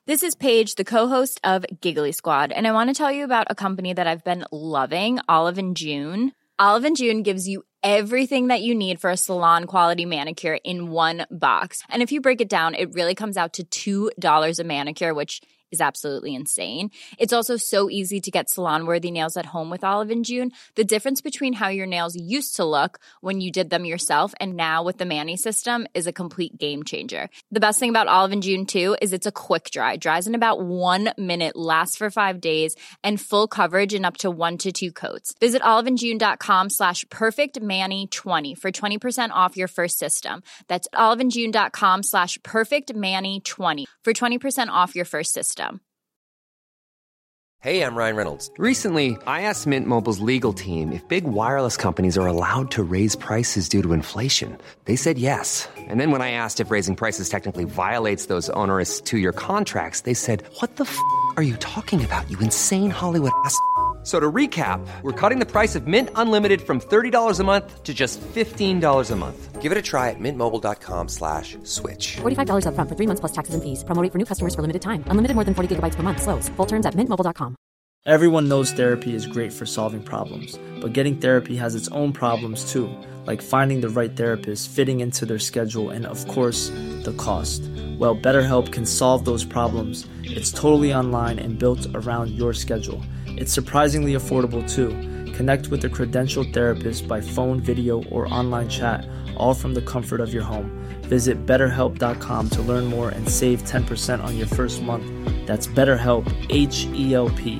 This is Paige, the co-host of Giggly Squad, and I want to tell you about a company that I've been loving, Olive & June. Olive & June gives you everything that you need for a salon-quality manicure in one box. And if you break it down, it really comes out to $2 a manicure, which is absolutely insane. It's also so easy to get salon-worthy nails at home with Olive & June. The difference between how your nails used to look when you did them yourself and now with the Mani system is a complete game changer. The best thing about Olive & June, too, is it's a quick dry. Dries in about 1 minute, lasts for 5 days, and full coverage in up to 1 to 2 coats. Visit oliveandjune.com/perfectmani20 for 20% off your first system. That's oliveandjune.com/perfectmani20 for 20% off your first system. Hey, I'm Ryan Reynolds. Recently, I asked Mint Mobile's legal team if big wireless companies are allowed to raise prices due to inflation. They said yes. And then when I asked if raising prices technically violates those onerous 2-year contracts, they said, "What the f*** are you talking about, you insane Hollywood ass?" So to recap, we're cutting the price of Mint Unlimited from $30 a month to just $15 a month. Give it a try at mintmobile.com/switch. $45 up front for 3 months plus taxes and fees. Promo rate for new customers for limited time. Unlimited more than 40 gigabytes per month. Slows full terms at mintmobile.com. Everyone knows therapy is great for solving problems, but getting therapy has its own problems too, like finding the right therapist, fitting into their schedule, and of course, the cost. Well, BetterHelp can solve those problems. It's totally online and built around your schedule. It's surprisingly affordable too. Connect with a credentialed therapist by phone, video, or online chat, all from the comfort of your home. Visit BetterHelp.com to learn more and save 10% on your first month. That's BetterHelp, H-E-L-P.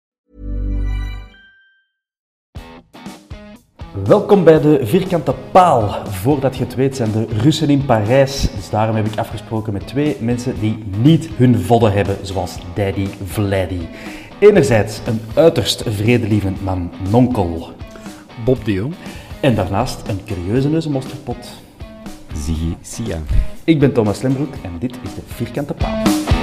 Welkom bij de Vierkante Paal. Voordat je het weet zijn de Russen in Parijs. Dus daarom heb ik afgesproken met 2 mensen die niet hun vodden hebben, zoals Daddy Vladdy. Enerzijds een uiterst vredelievend man, Nonkel. Bob de Jong. En daarnaast een curieuze neuzenmosterdpot. Ziggy Sia. Ik ben Thomas Lembroek en dit is de Vierkante Paal.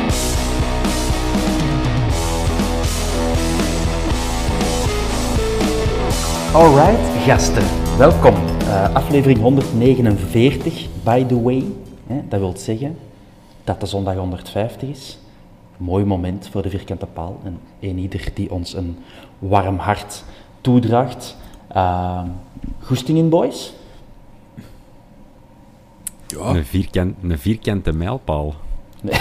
Alright, gasten. Welkom. Aflevering 149, by the way. Dat wil zeggen dat de zondag 150 is. Mooi moment voor de Vierkante Paal. En eenieder die ons een warm hart toedraagt. Goesting in, boys? Ja. Een vierkante mijlpaal. Nee.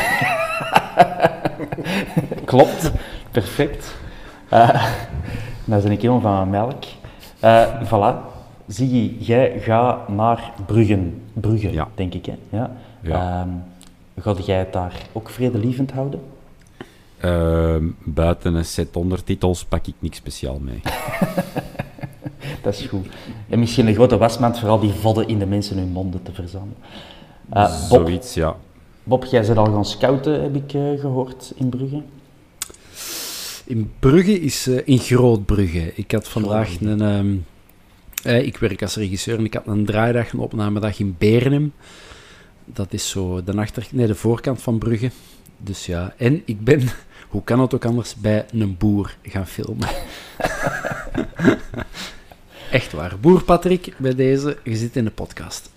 Klopt, perfect. Nou ben ik helemaal van mijn melk. Voilà. Ziggy, jij gaat naar Brugge, ja. Denk ik. Hè? Ja. Ja. Ga jij het daar ook vredelievend houden? Buiten een set ondertitels pak ik niks speciaal mee. Dat is goed. En misschien een grote wasmand voor al die vodden in de mensen hun monden te verzamelen. Zoiets, ja. Bob, jij bent al gaan scouten, heb ik gehoord, in Brugge. In Brugge is in Groot-Brugge. Ik had vandaag ik werk als regisseur en ik had een draaidag, een opnamedag in Bernhem. Dat is zo de voorkant van Brugge. Dus ja, en ik ben, hoe kan het ook anders, bij een boer gaan filmen. Echt waar. Boer Patrick, bij deze, je zit in de podcast.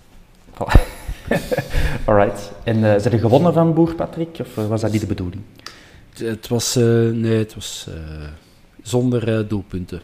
Alright. En zijn er gewonnen van Boer Patrick, of was dat niet de bedoeling? Het was zonder doelpunten.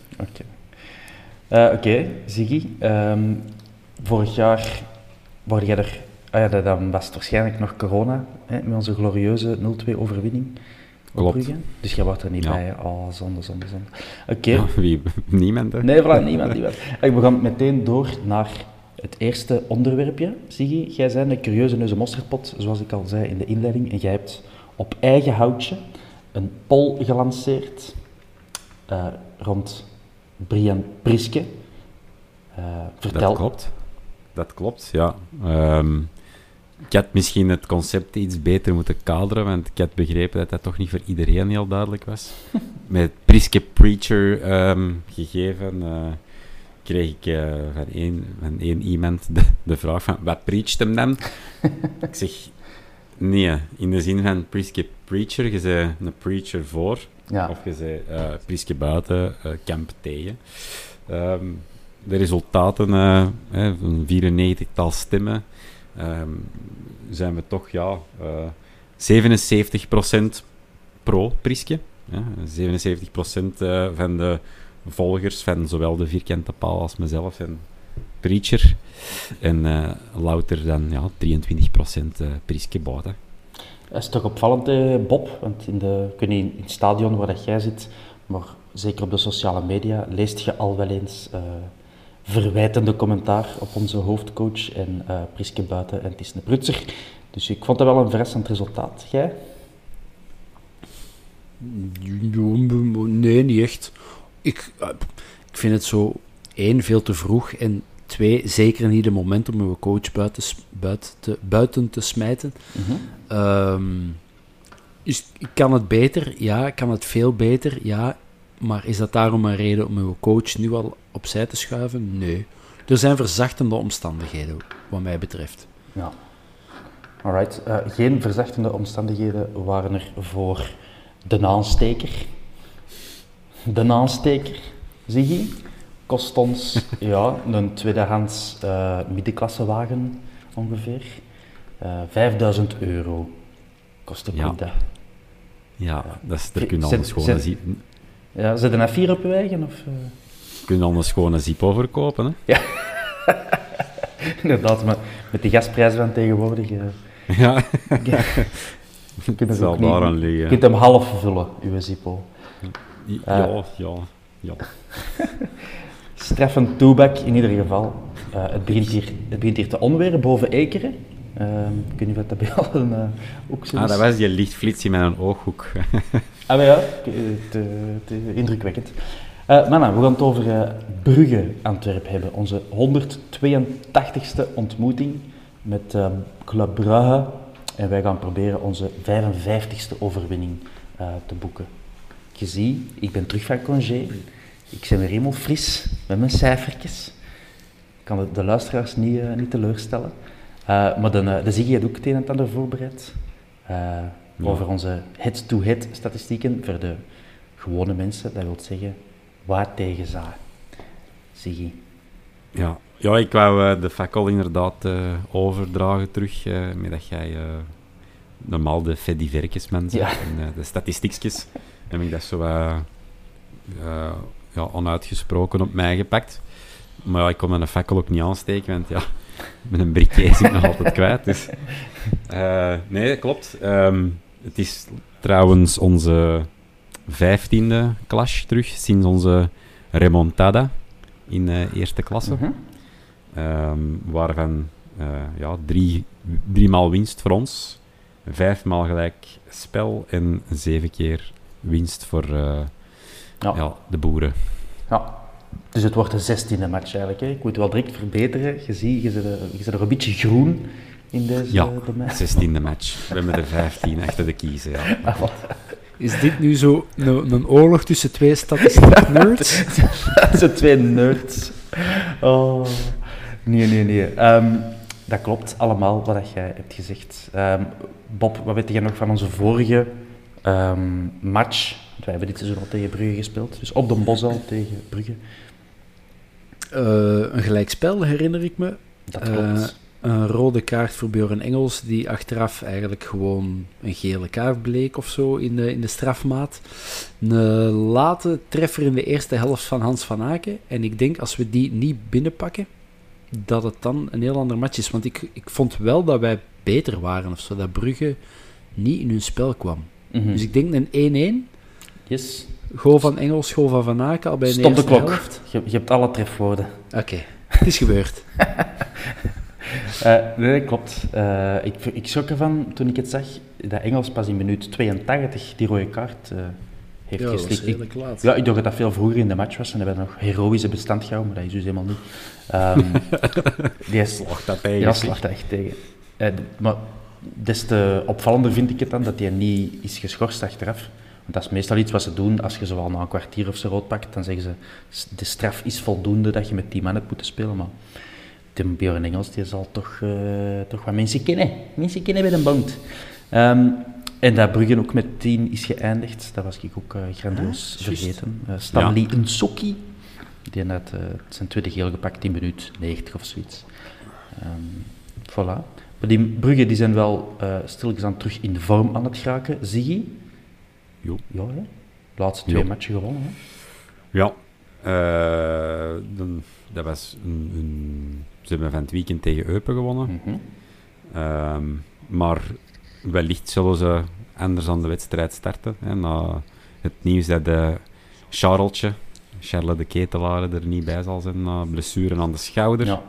Oké, Ziggy. Vorig jaar word jij er... dan was het waarschijnlijk nog corona, hè, met onze glorieuze 0-2 overwinning. Klopt. Dus jij wordt er niet bij. Oh, zonde. Oké. Ja, niemand, hè? Nee, voilà, niemand. We gaan meteen door naar het eerste onderwerpje. Ziggy, jij bent een curieuze neuzenmosterdpot, zoals ik al zei in de inleiding. En jij hebt op eigen houtje een poll gelanceerd rond Brian Priske. Vertel. Dat klopt, ja. Ik had misschien het concept iets beter moeten kaderen, want ik had begrepen dat dat toch niet voor iedereen heel duidelijk was. Met Priske Preacher gegeven kreeg ik van één iemand de vraag van, wat preacht hem dan? Ik zeg, nee, in de zin van Priske Preacher, je zei een preacher voor, ja. Of je zei Priske buiten, kamp tegen. De resultaten, van 94-tal stemmen, zijn we toch 77% pro Priske. Ja, 77% van de volgers van zowel de Vierkante Paal als mezelf en Preacher. En louter dan 23% Priske buiten. Dat is toch opvallend, Bob, want ik weet niet in het stadion waar dat jij zit, maar zeker op de sociale media, leest je al wel eens verwijtende commentaar op onze hoofdcoach en Priske buiten en het is een prutser. Dus ik vond dat wel een verrassend resultaat. Jij? Nee, niet echt. Ik vind het zo, 1, veel te vroeg en 2, zeker niet het moment om uw coach buiten te smijten. Kan het beter? Ja. Kan het veel beter? Ja. Maar is dat daarom een reden om uw coach nu al opzij te schuiven? Nee. Er zijn verzachtende omstandigheden, wat mij betreft. Ja. Alright. Geen verzachtende omstandigheden waren er voor de aansteker. De aansteker, Ziggy, kost ons een tweedehands middenklassewagen ongeveer. €5.000 kost de dat. Ja, daar kun je anders gewoon een zip... Ja, zit een F4 op je eigen? Of, Kun je anders gewoon een Zippo verkopen, hè? Ja. Inderdaad, maar met die gasprijzen van tegenwoordig... Ja. Je kunt zal daaraan liggen. Je kunt hem half vullen, uw Zippo. Ja. Streffend toebak in ieder geval. Het begint hier te onweren boven Ekeren. Ik weet niet of dat bij jou ook zo is. Dat was die lichtflits in mijn ooghoek. Maar ja, indrukwekkend. Mannen, we gaan het over Brugge-Antwerpen hebben. Onze 182e ontmoeting met Club Brugge. En wij gaan proberen onze 55e overwinning te boeken. Je ziet, ik ben terug van congé. Ik ben weer helemaal fris met mijn cijfertjes. Ik kan de luisteraars niet teleurstellen. Maar de Ziggy had ook het een en ander voorbereid. Over onze head-to-head statistieken voor de gewone mensen. Dat wil zeggen, waar tegen za. Ziggy. Ja, ik wou de fakkel inderdaad overdragen terug. Met dat jij normaal de fediverkesman bent en de statistiekjes. Heb ik dat zo onuitgesproken op mij gepakt. Maar ik kon mijn fakkel ook niet aansteken, want met een briquet is ik nog altijd kwijt. Dus. Nee, dat klopt. Het is trouwens onze 15e clash terug, sinds onze remontada in eerste klasse. Waarvan 3 maal winst voor ons, 5 maal gelijk spel en 7 keer winst voor de boeren. Ja, dus het wordt de 16e match eigenlijk. Hè? Ik moet wel direct verbeteren. Je ziet, je zit nog een beetje groen in deze domein. 16e match. We hebben de 15 achter de kiezen. Ja. Is dit nu zo een oorlog tussen 2 statistiek nerds? Zo 2 nerds. Oh, nee. Dat klopt allemaal wat jij hebt gezegd. Bob, wat weet jij nog van onze vorige match? Wij hebben dit seizoen al tegen Brugge gespeeld, dus op de Bosuil tegen Brugge. Een gelijkspel, herinner ik me. Dat klopt. Een rode kaart voor Björn Engels, die achteraf eigenlijk gewoon een gele kaart bleek of zo in de strafmaat. Een late treffer in de eerste helft van Hans van Aken. En ik denk, als we die niet binnenpakken, dat het dan een heel ander match is. Want ik vond wel dat wij beter waren of zo, dat Brugge niet in hun spel kwam. Mm-hmm. Dus ik denk een 1-1. Yes. Goal van Engels, goal van Van Aken al bij de Stop eerste de klok. helft. Je hebt alle trefwoorden. Oké, het is gebeurd. Nee, klopt. Ik schrok ervan toen ik het zag, dat Engels pas in minuut 82 die rode kaart heeft geslikt. Dat was redelijk laat. Ja, ik dacht dat dat veel vroeger in de match was en hebben nog heroïsche bestand gehouden, maar dat is dus helemaal niet. Die slacht dat tegen. Ja, slacht dat echt tegen. Maar des te opvallender vind ik het dan dat hij niet is geschorst achteraf. Want dat is meestal iets wat ze doen als je zo al na een kwartier of zo rood pakt. Dan zeggen ze, de straf is voldoende dat je met 10 man hebt moeten spelen. Maar Tim Björn Engels, die zal toch wat mensen kennen. Mensen kennen bij een band. En dat Brugge ook met 10 is geëindigd. Dat was ik ook grandioos vergeten. Stanley Nsokki. Die had zijn tweede geel gepakt in minuut 90 of zoiets. Voilà. Maar die Brugge die zijn wel stilletjes aan terug in de vorm aan het geraken. Ziggy? Jo. Ja, hè? De laatste 2 matchen gewonnen. Hè? Ja. Dat was ze hebben van het weekend tegen Eupen gewonnen. Maar wellicht zullen ze anders aan de wedstrijd starten. Hè, na het nieuws dat Charles de Ketelaar er niet bij zal zijn na blessure aan de schouder. Ja.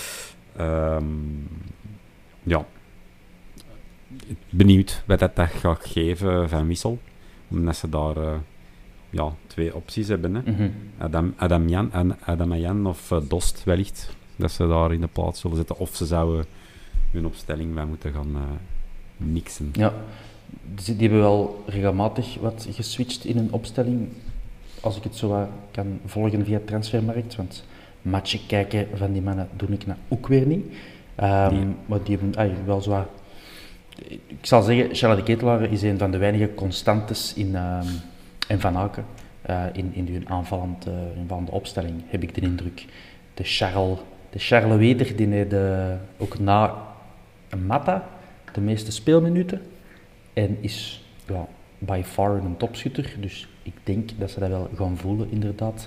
Ja. Benieuwd wat dat gaat geven van Wissel. Omdat ze daar 2 opties hebben. Hè. Adamian of Dost wellicht. Dat ze daar in de plaats zullen zetten. Of ze zouden hun opstelling bij moeten gaan mixen. Ja, die hebben wel regelmatig wat geswitcht in een opstelling. Als ik het zo wat kan volgen via Transfermarkt. Want matchen kijken van die mannen doe ik nou ook weer niet. Maar die hebben wel zo wat... Ik zal zeggen, Charles de Ketelaar is een van de weinige constantes en Van Aken in hun aanvallende opstelling, heb ik de indruk. De Charles Weter, die heeft ook na Mata de meeste speelminuten en is by far een topschutter, dus ik denk dat ze dat wel gaan voelen, inderdaad.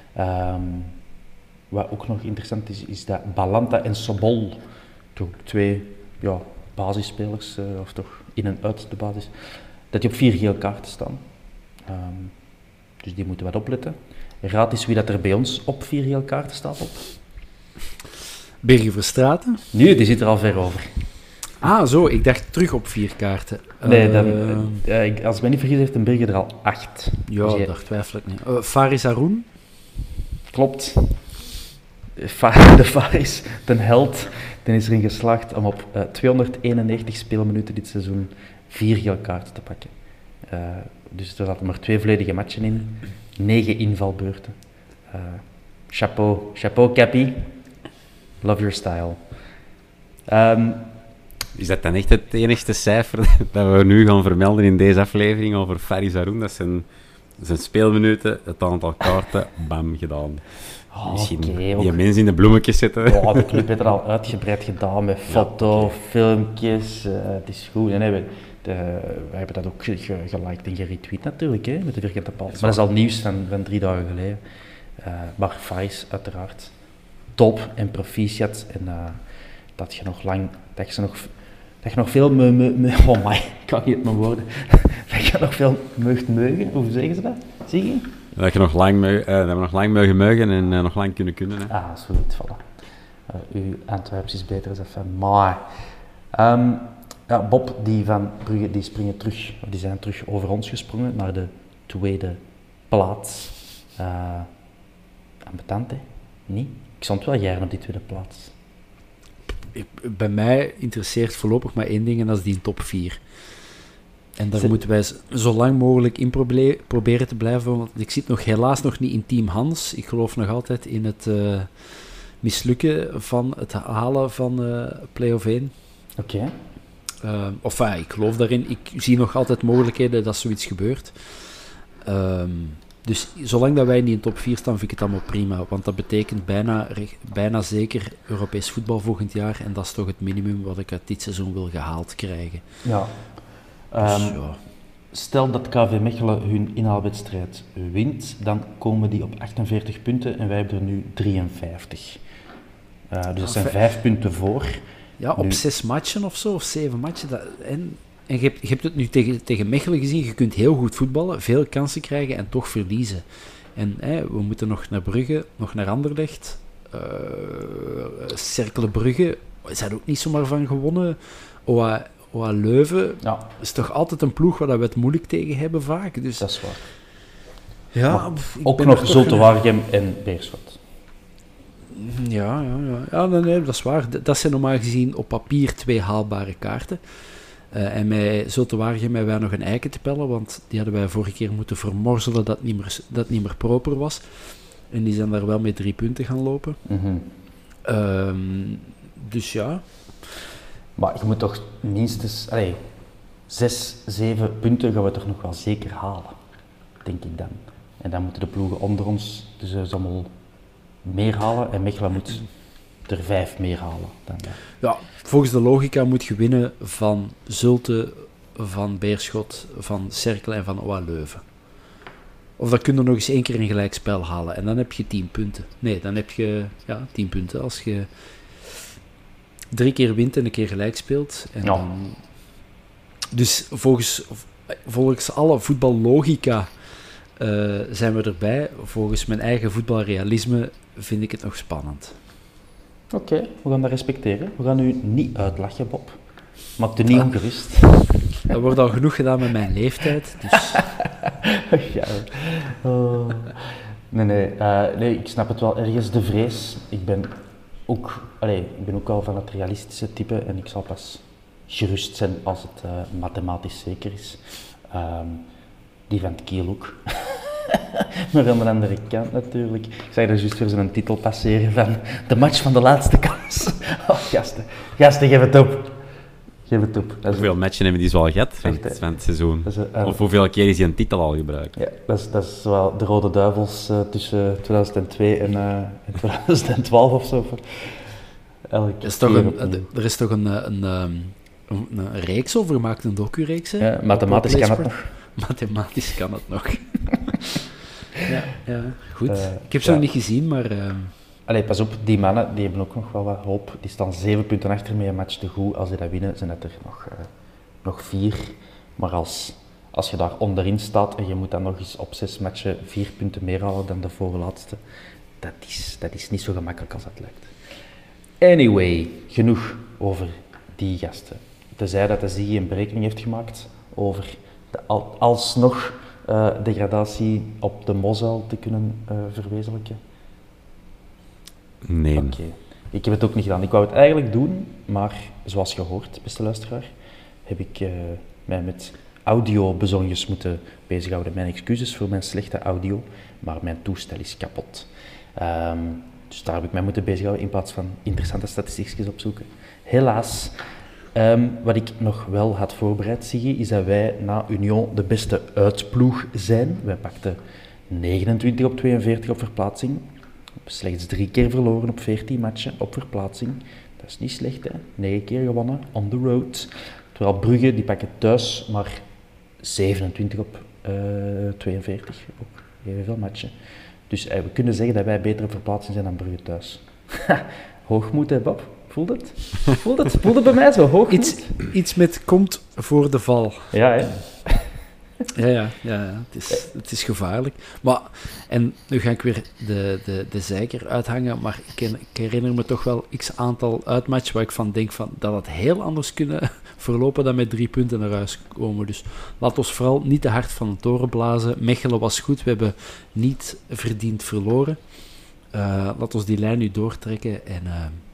Wat ook nog interessant is dat Balanta en Sobol, toch 2 basisspelers, of toch in en uit de basis, dat die op 4 gele kaarten staan. Dus die moeten wat opletten. Raad eens wie dat er bij ons op 4 gele kaarten staat op. Bergen Verstraeten? Nee, die zit er al ver over. Ah, zo. Ik dacht terug op 4 kaarten. Nee, als ik me niet vergis, heeft een Bergen er al 8. Ja, dus daar twijfel ik niet. Faris Haroun? Klopt. De Faris, de held, die is erin geslaagd om op 291 speelminuten dit seizoen 4 gele kaarten te pakken. Dus er zaten maar 2 volledige matchen in, 9 invalbeurten. Chapeau Cappy, love your style. Is dat dan echt het enigste cijfer dat we nu gaan vermelden in deze aflevering over Faris Haroun? Dat zijn speelminuten, het aantal kaarten, bam, gedaan. Misschien die mensen in de bloemetjes zetten. Ja, de club heeft er al uitgebreid gedaan met filmpjes. Het is goed. En wij hebben dat ook geliked en geretweet natuurlijk, hè, met de vierkante paal. Maar dat is al nieuws van 3 dagen geleden. Maar Faris, uiteraard, top en proficiat. En dat je nog veel oh my, ik kan niet mijn woorden. Dat je nog veel meugt meugen, hoe zeggen ze dat? Zie je? Dat we nog lang mogen meugen en nog lang kunnen. Hè. Ah, zoiets, voilà. Uw Antwerps is beter dan van mij. Bob, die van Brugge, die zijn terug over ons gesprongen naar de tweede plaats. Ambetant, hè? Niet? Ik stond wel jaren op die tweede plaats. Bij mij interesseert voorlopig maar 1 ding en dat is die top 4. En daar moeten wij zo lang mogelijk in proberen te blijven, want ik zit helaas nog niet in Team Hans. Ik geloof nog altijd in het mislukken van het halen van play-off 1. Oké. Ik geloof daarin. Ik zie nog altijd mogelijkheden dat zoiets gebeurt. Dus zolang dat wij niet in top 4 staan, vind ik het allemaal prima. Want dat betekent bijna zeker Europees voetbal volgend jaar. En dat is toch het minimum wat ik uit dit seizoen wil gehaald krijgen. Ja. Stel dat KV Mechelen hun inhaalwedstrijd wint, dan komen die op 48 punten en wij hebben er nu 53. Dus dat zijn 5 punten voor. Ja, op 6 matchen of zo, of 7 matchen. En je hebt het nu tegen Mechelen gezien, je kunt heel goed voetballen, veel kansen krijgen en toch verliezen. En we moeten nog naar Brugge, nog naar Anderlecht. Cercle Brugge, zijn ook niet zomaar van gewonnen. OA Leuven is toch altijd een ploeg waar we het moeilijk tegen hebben vaak. Dus... Dat is waar. Ja, ook nog Zulte Waregem en Beerschot. Ja, nee, dat is waar. Dat zijn normaal gezien op papier 2 haalbare kaarten. En met Zulte Waregem hebben wij nog een eiken te pellen, want die hadden wij vorige keer moeten vermorzelen dat het niet meer proper was. En die zijn daar wel met 3 punten gaan lopen. Mm-hmm. Dus ja... Maar je moet toch minstens 6, 7 punten gaan we toch nog wel zeker halen, denk ik dan. En dan moeten de ploegen onder ons dus allemaal meer halen. En Mechelen moet er 5 meer halen dan dat. Ja, volgens de logica moet je winnen van Zulte, van Beerschot, van Cercle en van OA Leuven. Of dan kun je nog eens 1 keer een gelijkspel halen. En dan heb je 10 punten. Nee, dan heb je 10 punten. Als je 3 keer wint en 1 keer gelijk speelt. En dan... Dus volgens alle voetballogica zijn we erbij. Volgens mijn eigen voetbalrealisme vind ik het nog spannend. Oké, we gaan dat respecteren. We gaan u niet uitlachen, Bob. Maak u niet ongerust. Er wordt al genoeg gedaan met mijn leeftijd. Dus... ja. Oh. Nee, ik snap het wel. Ergens de vrees. Ik ben ook al van het realistische type en ik zal pas gerust zijn als het mathematisch zeker is. Die van het Kiel ook. Maar aan de andere kant natuurlijk. Ik zag er juist weer zo'n titel passeren van de match van de laatste kans. Oh, gasten, geef het op. Hoeveel matchen hebben die zo al gehad van het seizoen? Of hoeveel keer is die een titel al gebruikt? Ja, dat is wel de Rode Duivels tussen 2002 en 2012 of zo. Er is toch een reeks over gemaakt, een docu-reeks? Ja, mathematisch kan het nog. Mathematisch kan het nog. ja, goed. Ik heb ze nog niet gezien, maar... Pas op, die mannen die hebben ook nog wel wat hoop. Die staan 7 punten achter met een match te goed. Als die dat winnen, zijn het er nog 4. Maar als je daar onderin staat en je moet dan nog eens op 6 matchen 4 punten meer halen dan de voorlaatste, dat is niet zo gemakkelijk als dat lijkt. Anyway, genoeg over die gasten. Tenzij dat de Ziggy een berekening heeft gemaakt over de alsnog degradatie op de Mosel te kunnen verwezenlijken. Nee. Oké. Ik heb het ook niet gedaan. Ik wou het eigenlijk doen, maar zoals gehoord, beste luisteraar, heb ik mij met audiobezonjes moeten bezighouden. Mijn excuses voor mijn slechte audio, maar mijn toestel is kapot. Dus daar heb ik mij moeten bezighouden in plaats van interessante statistiekjes opzoeken. Helaas, wat ik nog wel had voorbereid, Siggy, is dat wij na Union de beste uitploeg zijn. Wij pakten 29 op 42 op verplaatsing. Slechts 3 keer verloren op 14 matchen op verplaatsing. Dat is niet slecht, hè? 9 keer gewonnen, on the road. Terwijl Brugge, die pakken thuis maar 27 op 42 op evenveel matchen. Dus we kunnen zeggen dat wij betere verplaatsing zijn dan Brugge thuis. Hoogmoed, hè, Bob? Voelt het? Voelt het bij mij zo, hoogmoed? Iets met komt voor de val. Ja, hè? Ja. Het is gevaarlijk. Maar, en nu ga ik weer de zeiker uithangen, maar ik herinner me toch wel x aantal uitmatchen waar ik van denk dat het heel anders kunnen verlopen dan met 3 punten naar huis komen. Dus laat ons vooral niet te hard van de toren blazen. Mechelen was goed, we hebben niet verdiend verloren. Laat ons die lijn nu doortrekken en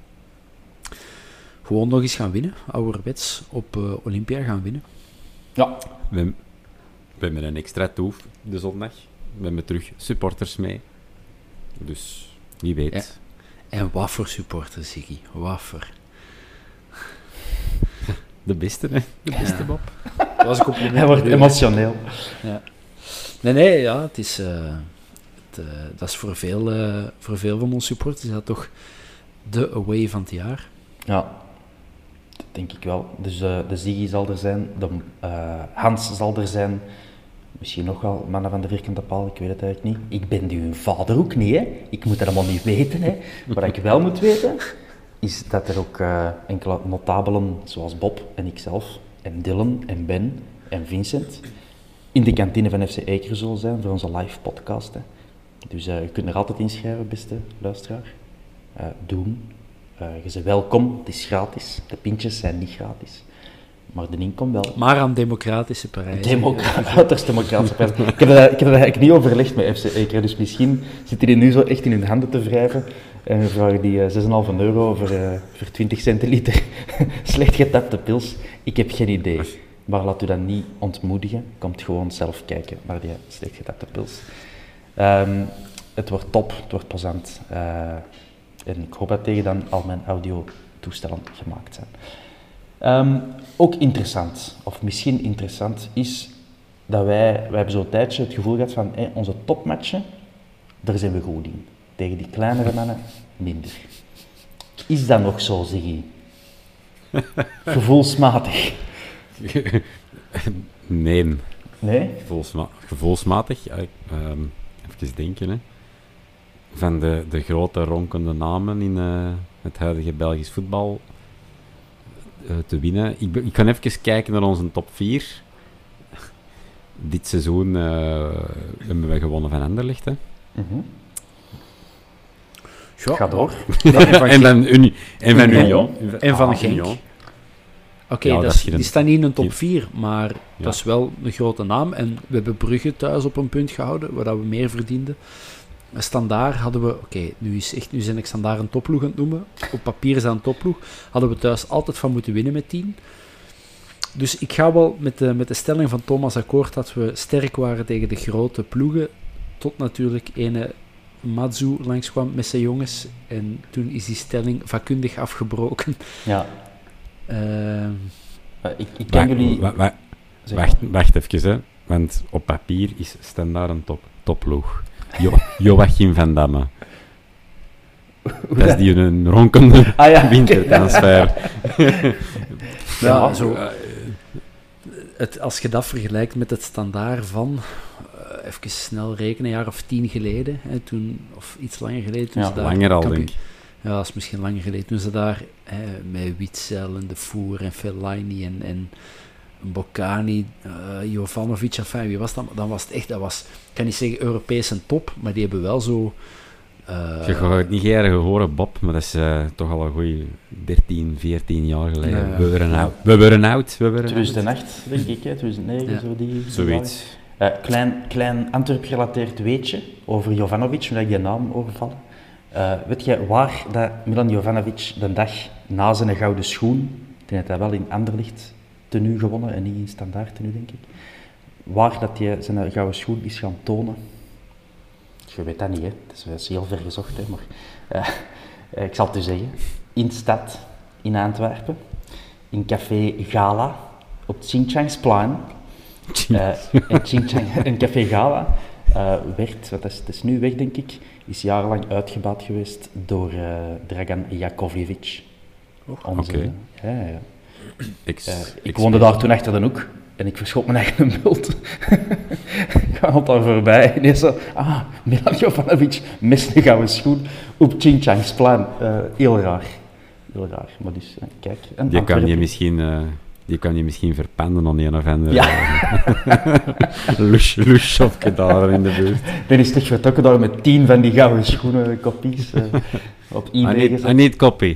gewoon nog eens gaan winnen. Ouderwets op Olympia gaan winnen. Ja, we hebben een extra toef de zondag. We hebben terug supporters mee. Dus wie weet. Ja. En wat voor supporters, Ziggy? Wat voor? De beste, hè? De beste, Bob. Dat was een compliment. Hij wordt emotioneel. Ja. Nee, ja, het is... dat is voor veel van onze supporters is dat toch de away van het jaar. Ja, dat denk ik wel. Dus de Ziggy zal er zijn, de Hans zal er zijn, misschien nog wel mannen van de vierkante paal, ik weet het eigenlijk niet. Ik ben uw vader ook niet, hè. Ik moet dat allemaal niet weten, hè. Wat ik wel moet weten, is dat er ook enkele notabelen, zoals Bob en ikzelf, en Dylan en Ben en Vincent, in de kantine van FC Eker zullen zijn voor onze live podcast, hè. Dus je kunt er altijd inschrijven, beste luisteraar. Doen. Je bent welkom, het is gratis. De pintjes zijn niet gratis. Maar de inkom wel. Maar aan democratische prijzen. Uiterst democratische prijzen. Ik heb dat eigenlijk niet overlegd met FC Eker, dus misschien zitten die nu zo echt in hun handen te wrijven en we vragen die €6,5 voor 20 centiliter slecht getapte pils. Ik heb geen idee. Maar laat u dat niet ontmoedigen. Komt gewoon zelf kijken naar die slecht getapte pils. Het wordt top, het wordt plezant. En ik hoop dat tegen dan al mijn audiotoestellen gemaakt zijn. Ook interessant, of misschien interessant, is dat wij hebben zo'n tijdje het gevoel gehad van onze topmatchen, daar zijn we goed in. Tegen die kleinere mannen, minder. Is dat nog zo, Ziggy? Gevoelsmatig. Nee. Nee? Gevoelsmatig. Even denken, hè. Van de grote ronkende namen in het huidige Belgisch voetbal te winnen. Ik ga even kijken naar onze top 4. Dit seizoen hebben we gewonnen van Anderlecht, hè. Mm-hmm. Ja. Ga door. En van Union. En van Genk. Oké, Ja, die staan niet in een top 4, maar Ja. dat is wel een grote naam. En we hebben Brugge thuis op een punt gehouden, waar dat we meer verdienden. Standaard hadden we... Oké, nu ben ik Standaard een topploeg aan het noemen. Op papier is dat een topploeg. Hadden we thuis altijd van moeten winnen met 10. Dus ik ga wel met de stelling van Thomas akkoord dat we sterk waren tegen de grote ploegen. Tot natuurlijk ene Matsu langskwam met zijn jongens. En toen is die stelling vakkundig afgebroken. Ja. Ik ken jullie... Wacht even, hè. Want op papier is Standaard een topploeg. Joachim van Damme. Dat is die een ronkende wintertransfer. Ja, zo... als je dat vergelijkt met het Standaard van... even snel rekenen, een jaar of 10 geleden. Hè, toen, of iets langer geleden. Toen Ja, ze daar langer al, denk ik. Ja, dat is misschien langer geleden. Toen ze daar met Witzel en De Voer en Fellaini en Boccani, Jovanovic, enfin, wie was dat? Dan was het echt, dat was, ik kan niet zeggen Europese top, maar die hebben wel zo... Je gaat het niet eerder horen, Bob, maar dat is toch al een goeie 13, 14 jaar geleden. Ja. We waren oud. 2008, denk ik, hè? 2009, Ja. zo die... Zoiets. Klein Antwerp-gerelateerd weetje over Jovanovic, omdat ik die naam overvallen. Weet je waar dat Milan Jovanovic de dag na zijn gouden schoen, die heeft hij wel in Anderlecht tenue gewonnen en niet in Standaard tenue, denk ik, waar dat hij zijn gouden schoen is gaan tonen? Je weet dat niet, hè? Dat is heel ver gezocht, hè? Maar ik zal het u zeggen. In de stad, in Antwerpen, in café Gala, op het Xinjiangsplein. En café Gala werd, dat is nu weg denk ik, is jarenlang uitgebaat geweest door Dragan Jakovljevic. Oké. Ja. Ik woonde daar toen achter de hoek en ik verschot mijn eigen bult. Ik ga daar voorbij en zo, Milan Jovanovic met een gouden schoen op Xinjiangsplein. Heel raar. Maar dus, kijk. Die kan je misschien verpanden aan een of andere Ja. lushopje daar in de buurt. Dan is het echt vertrokken daar met 10 van die gouden schoenen kopies op eBay gezet. I need copy.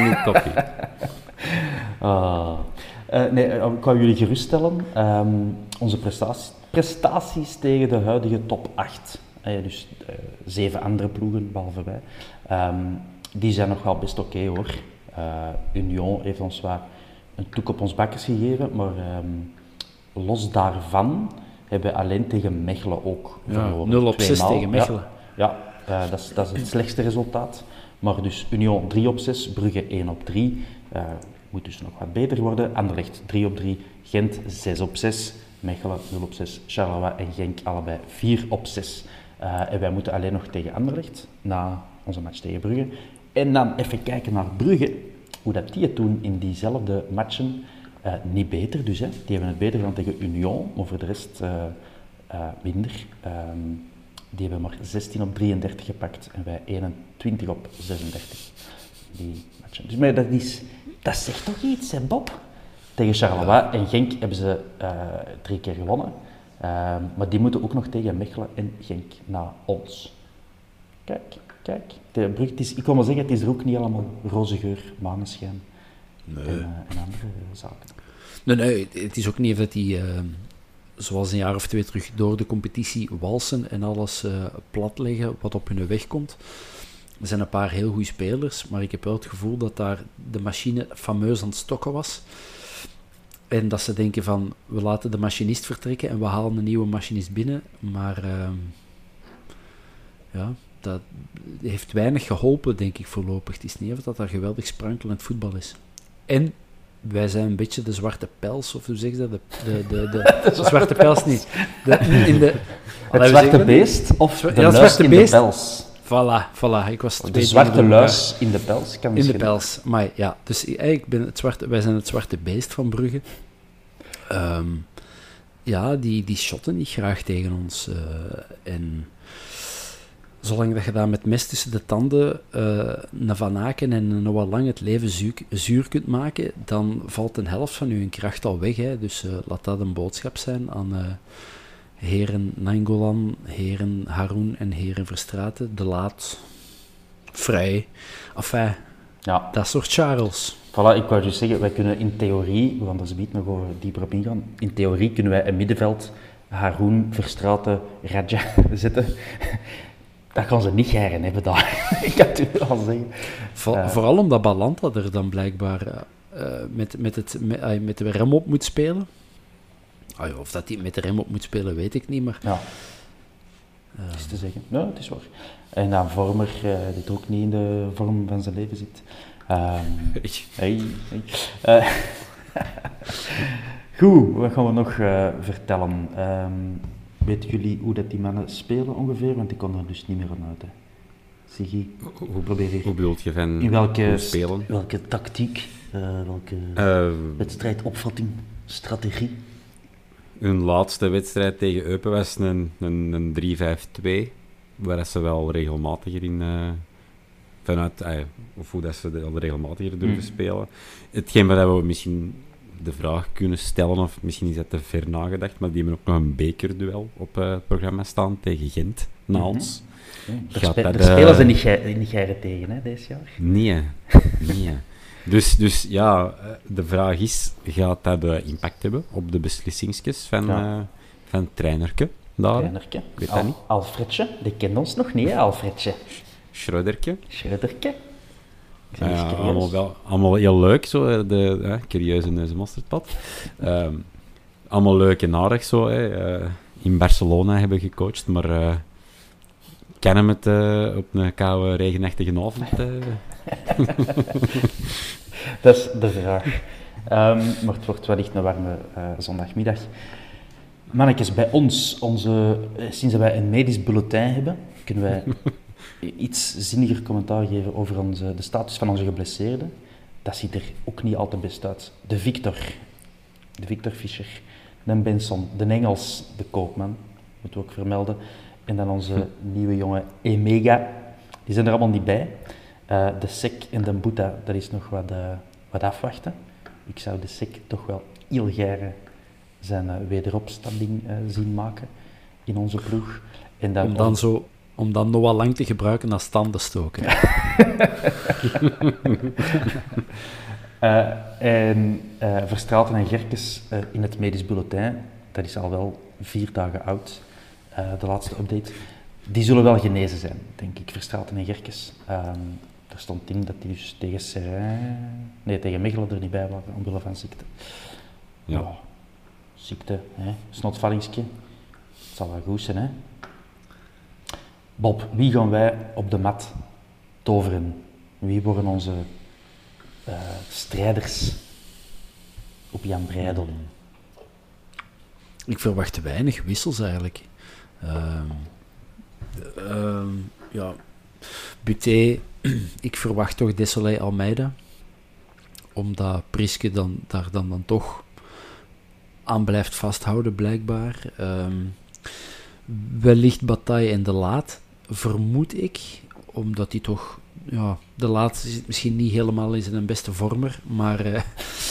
Ik wou jullie geruststellen. Onze prestaties tegen de huidige top 8. Dus 7 andere ploegen, behalve wij. Die zijn nog wel best oké, hoor. Union heeft ons wel een toek op ons bakjes gegeven, maar los daarvan hebben we alleen tegen Mechelen ook verloren. 0-6 tegen Mechelen. Ja, dat is het slechtste resultaat. Maar dus Union 3-6, Brugge 1-3. Moet dus nog wat beter worden. Anderlecht 3-3, Gent 6-6, Mechelen 0-6, Charleroi en Genk allebei 4-6. En wij moeten alleen nog tegen Anderlecht, na onze match tegen Brugge. En dan even kijken naar Brugge, hoe dat die het doen in diezelfde matchen. Niet beter dus, hè. Die hebben het beter dan tegen Union, maar voor de rest minder. Die hebben maar 16-33 gepakt en wij 21-36. Die matchen. Dus maar dat zegt toch iets, hè, Bob? Tegen Charleroi en Genk hebben ze 3 keer gewonnen. Maar die moeten ook nog tegen Mechelen en Genk na ons. Kijk. De Brugge, ik wil maar zeggen, het is er ook niet allemaal roze geur, maneschijn en andere zaken. Nee, het is ook niet dat die, zoals een jaar of 2 terug, door de competitie walsen en alles plat leggen wat op hun weg komt. Er zijn een paar heel goede spelers, maar ik heb wel het gevoel dat daar de machine fameus aan het stokken was. En dat ze denken van, we laten de machinist vertrekken en we halen een nieuwe machinist binnen. Maar dat heeft weinig geholpen, denk ik, voorlopig. Het is niet even dat dat geweldig sprankelend voetbal is. En wij zijn een beetje de zwarte pels, of hoe zeg je dat? De zwarte pels niet. Het zwarte beest of de zwarte luis in beest de pels? Voilà. Ik was De zwarte luis in de pels. Kan in de pels. Maar ja, dus wij zijn het zwarte beest van Brugge. Die shotten niet graag tegen ons. En zolang dat je daar met mes tussen de tanden een Van Aken en een Noah Lang het leven zuur kunt maken, dan valt een helft van je kracht al weg. Hè. Dus laat dat een boodschap zijn aan heren Nainggolan, heren Haroun en heren Verstraeten. De Laat, Vrij. Enfin, Ja. dat soort Charles. Voilà, ik wou dus zeggen, wij kunnen in theorie, we gaan er zo nog over dieper op ingaan, in theorie kunnen wij een middenveld, Haroun, Verstraeten, Radja zetten. Dat gaan ze niet geiren hebben daar. Ik kan het u al zeggen. Vooral omdat Balanta er dan blijkbaar met de rem op moet spelen. Of dat hij met de rem op moet spelen, weet ik niet, maar... Ja, dat is te zeggen. Ja, het is waar. En dan Vormer, die ook niet in de vorm van zijn leven zit. Hey. Goed, wat gaan we nog vertellen? Weten jullie hoe dat die mannen spelen ongeveer? Want ik kon er dus niet meer aan uit. Hè. Siggy, Hoe bedoel je van in welke spelen? Welke tactiek, welke wedstrijdopvatting, strategie? Hun laatste wedstrijd tegen Eupen was een 3-5-2, waar ze wel regelmatiger in... of hoe dat ze er al regelmatiger durven spelen. Hetgeen waar we misschien de vraag kunnen stellen, of misschien is dat te ver nagedacht, maar die hebben ook nog een bekerduel op het programma staan tegen Gent, na ons. Daar spelen ze niet geiren tegen, hè, deze jaar? Nee. Dus ja, de vraag is, gaat dat impact hebben op de beslissingsjes van het trainerke daar? Trainerke. Ik weet dat niet. Alfredje, die kent ons nog niet, hè, Alfredje. Schreuderke. Ja, allemaal heel leuk, zo, de curieuze neuzenmosterdpad. Allemaal leuk en aardig, zo. In Barcelona hebben gecoacht, maar kan hem het op een koude, regenachtige avond? Dat is de vraag. Maar het wordt wellicht een warme zondagmiddag. Mannetjes, bij ons, sinds wij een medisch bulletin hebben, kunnen wij iets zinniger commentaar geven over de status van onze geblesseerden. Dat ziet er ook niet al te best uit. De Victor Fischer, de Benson, de Engels, de Koopman, moeten we ook vermelden. En dan onze nieuwe jongen Emega, die zijn er allemaal niet bij. De Sek en de Mbuta, dat is nog wat afwachten. Ik zou de Sek toch wel heel graag zijn wederopstanding zien maken in onze ploeg. En dan om dan Noah Lang te gebruiken als tandenstoker. En Verstraeten en Gerkes in het medisch bulletin, dat is al wel 4 dagen oud, de laatste update. Die zullen wel genezen zijn, denk ik, Verstraeten en Gerkes. Er stond in dat die dus tegen Mechelen er niet bij waren, omwille van ziekte. Ja. Oh, ziekte, snotvallingsje. Het zal wel goed zijn, hè. Bob, wie gaan wij op de mat toveren? Wie worden onze strijders op Jan Breidel? Ik verwacht weinig wissels eigenlijk. Buté, ik verwacht toch Desolé Almeida, omdat Priske daar dan toch aan blijft vasthouden, blijkbaar. Wellicht Bataille en De Laat, vermoed ik, omdat hij toch... Ja, De Laat zit misschien niet helemaal in zijn beste vormer, maar...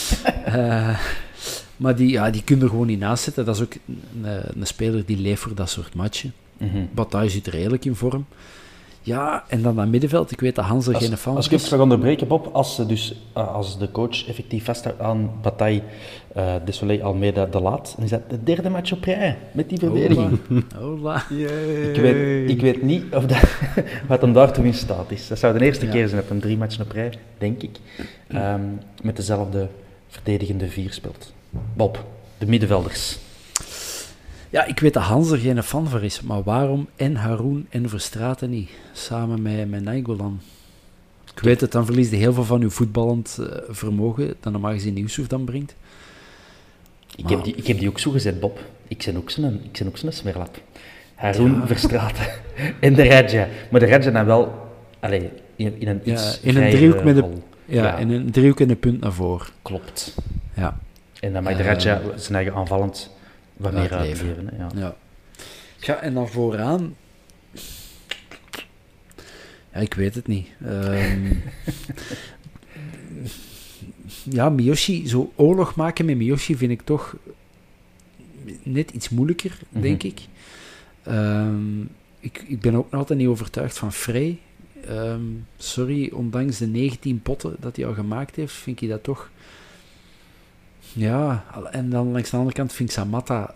maar die kunnen er gewoon niet naast zitten. Dat is ook een speler die leeft voor dat soort matchen. Mm-hmm. Bataille zit redelijk in vorm. Ja, en dan dat middenveld. Ik weet dat Hans er geen fan van is. Als ik even ga onderbreken, Bob, als de coach effectief vasthoudt aan Bataille, Desolé, Almeida, De Laat, dan is dat de 3e match op rij met die verdediging. Hola. Ik weet niet of wat hem daartoe in staat is. Dat zou de eerste keer zijn dat hem 3 matchen op rij, denk ik, met dezelfde verdedigende 4 speelt. Bob, de middenvelders. Ja, ik weet dat Hans er geen fan van is, maar waarom en Haroun en Verstraeten niet? Samen met Nainggolan. Ik weet het, dan verlies je heel veel van je voetballend vermogen, dat normaal gezien Yusuf dan brengt. Ik heb die ook zo gezet, Bob. Ik ben ook zo'n smerlap. Haroun Verstraeten en de Radja. Maar de Radja dan wel in een iets in een driehoek met rol. in een driehoek en een punt naar voren. Klopt. Ja. En dan mag de Radja zijn eigen aanvallend wat meer uitleven. uitleveren. Ja, en dan vooraan... Ja, ik weet het niet. Miyoshi, zo oorlog maken met Miyoshi vind ik toch net iets moeilijker, denk ik. Ik ben ook nog altijd niet overtuigd van Frey. Sorry, ondanks de 19 potten dat hij al gemaakt heeft, vind ik dat toch... Ja, en dan langs de andere kant vind ik Samatta